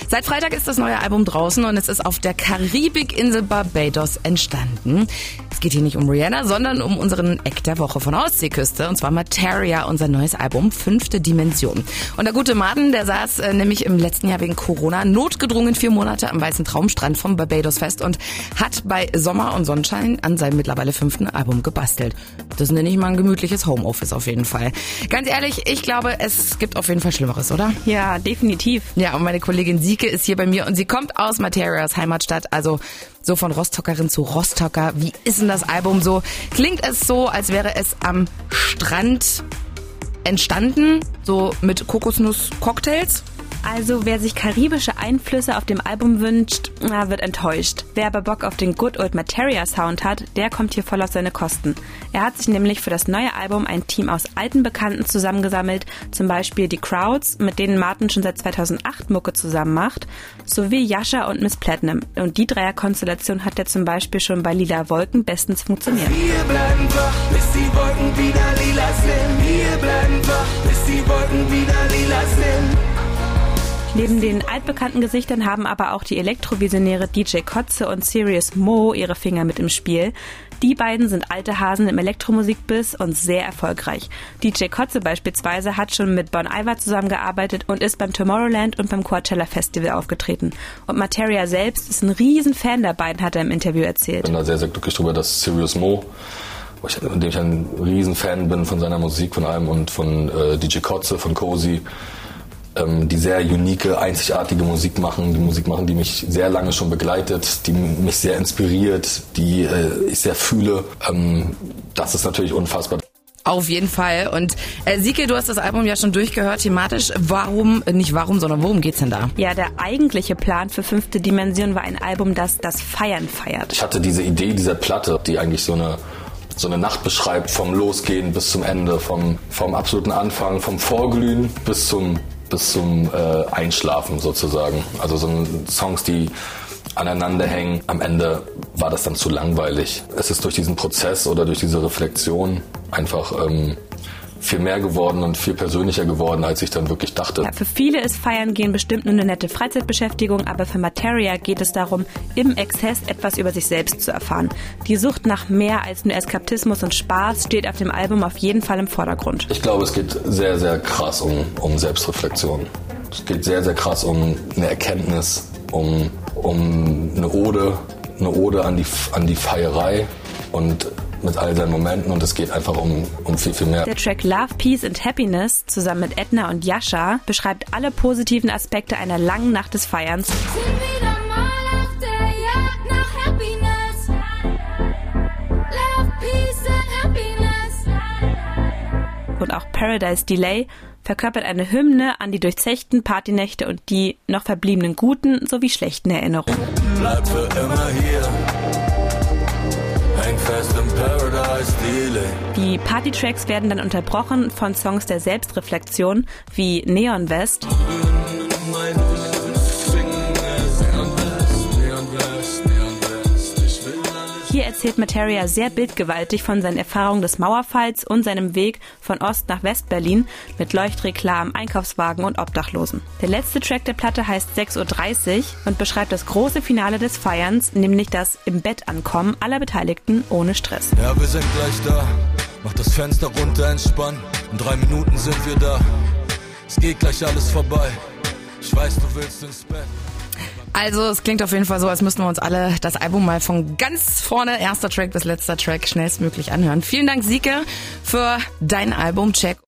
Seit Freitag ist das neue Album draußen und es ist auf der Karibikinsel Barbados entstanden. Es geht hier nicht um Rihanna, sondern um unseren Eck der Woche von der Ostseeküste, und zwar Materia, unser neues Album, 5. Dimension. Und der gute Martin, der saß nämlich im letzten Jahr wegen Corona notgedrungen 4 Monate am weißen Traumstrand vom Barbados fest und hat bei Sommer und Sonnenschein an seinem mittlerweile 5. Album gebastelt. Das nenne ich mal ein gemütliches Homeoffice auf jeden Fall. Ganz ehrlich, ich glaube, es gibt auf jeden Fall Schlimmeres, oder? Ja, definitiv. Ja, und meine Kollegin Sieke ist hier bei mir und sie kommt aus Materias Heimatstadt, also so von Rostockerin zu Rostocker. Wie ist denn das Album so? Klingt es so, als wäre es am Strand entstanden, so mit Kokosnuss-Cocktails? Also wer sich karibische Einflüsse auf dem Album wünscht, wird enttäuscht. Wer aber Bock auf den Good Old Materia Sound hat, der kommt hier voll auf seine Kosten. Er hat sich nämlich für das neue Album ein Team aus alten Bekannten zusammengesammelt, zum Beispiel die Crowds, mit denen Martin schon seit 2008 Mucke zusammen macht, sowie Yasha und Miss Platinum. Und die Dreierkonstellation hat ja zum Beispiel schon bei Lila Wolken bestens funktioniert. Wir bleiben wach, bis die Wolken wieder lila sind. Wir bleiben wach, bis die Wolken wieder lila sind. Neben den altbekannten Gesichtern haben aber auch die Elektrovisionäre DJ Kotze und Serious Mo ihre Finger mit im Spiel. Die beiden sind alte Hasen im Elektromusikbiss und sehr erfolgreich. DJ Kotze beispielsweise hat schon mit Bon Iver zusammengearbeitet und ist beim Tomorrowland und beim Coachella Festival aufgetreten. Und Materia selbst ist ein Riesenfan der beiden, hat er im Interview erzählt. Ich bin da sehr, sehr glücklich drüber, dass Serious Mo, in dem ich ein Riesenfan bin von seiner Musik, von allem, und von DJ Kotze, von Cozy, die sehr unique, einzigartige Musik machen, die mich sehr lange schon begleitet, die mich sehr inspiriert, die ich sehr fühle. Das ist natürlich unfassbar. Auf jeden Fall. Und Sieke, du hast das Album ja schon durchgehört, thematisch. Worum geht's denn da? Ja, der eigentliche Plan für 5. Dimension war ein Album, das das Feiern feiert. Ich hatte diese Idee dieser Platte, die eigentlich so eine Nacht beschreibt, vom Losgehen bis zum Ende, vom absoluten Anfang, vom Vorglühen bis zum Einschlafen sozusagen. Also so Songs, die aneinander hängen. Am Ende war das dann zu langweilig. Es ist durch diesen Prozess oder durch diese Reflexion einfach viel mehr geworden und viel persönlicher geworden, als ich dann wirklich dachte. Ja, für viele ist Feiern gehen bestimmt nur eine nette Freizeitbeschäftigung, aber für Materia geht es darum, im Exzess etwas über sich selbst zu erfahren. Die Sucht nach mehr als nur Eskapismus und Spaß steht auf dem Album auf jeden Fall im Vordergrund. Ich glaube, es geht sehr, sehr krass um Selbstreflexion. Es geht sehr, sehr krass um eine Erkenntnis, um eine Ode an die Feierei und mit all seinen Momenten, und es geht einfach um viel, viel mehr. Der Track Love, Peace and Happiness zusammen mit Edna und Yasha beschreibt alle positiven Aspekte einer langen Nacht des Feierns. Sind wieder mal auf der Jagd nach Happiness. Love, Peace and Happiness. Und auch Paradise Delay verkörpert eine Hymne an die durchzechten Partynächte und die noch verbliebenen guten sowie schlechten Erinnerungen. Bleib für immer hier. Fest im Paradise Delay. Die Partytracks werden dann unterbrochen von Songs der Selbstreflexion wie Neon West. Hier erzählt Materia sehr bildgewaltig von seinen Erfahrungen des Mauerfalls und seinem Weg von Ost nach West-Berlin mit Leuchtreklamen, Einkaufswagen und Obdachlosen. Der letzte Track der Platte heißt 6:30 Uhr und beschreibt das große Finale des Feierns, nämlich das im Bett ankommen aller Beteiligten ohne Stress. Ja, wir sind gleich da. Mach das Fenster runter, entspann. In 3 Minuten sind wir da. Es geht gleich alles vorbei. Ich weiß, du willst ins Bett. Also es klingt auf jeden Fall so, als müssten wir uns alle das Album mal von ganz vorne, erster Track bis letzter Track, schnellstmöglich anhören. Vielen Dank, Sieke, für dein Album-Check.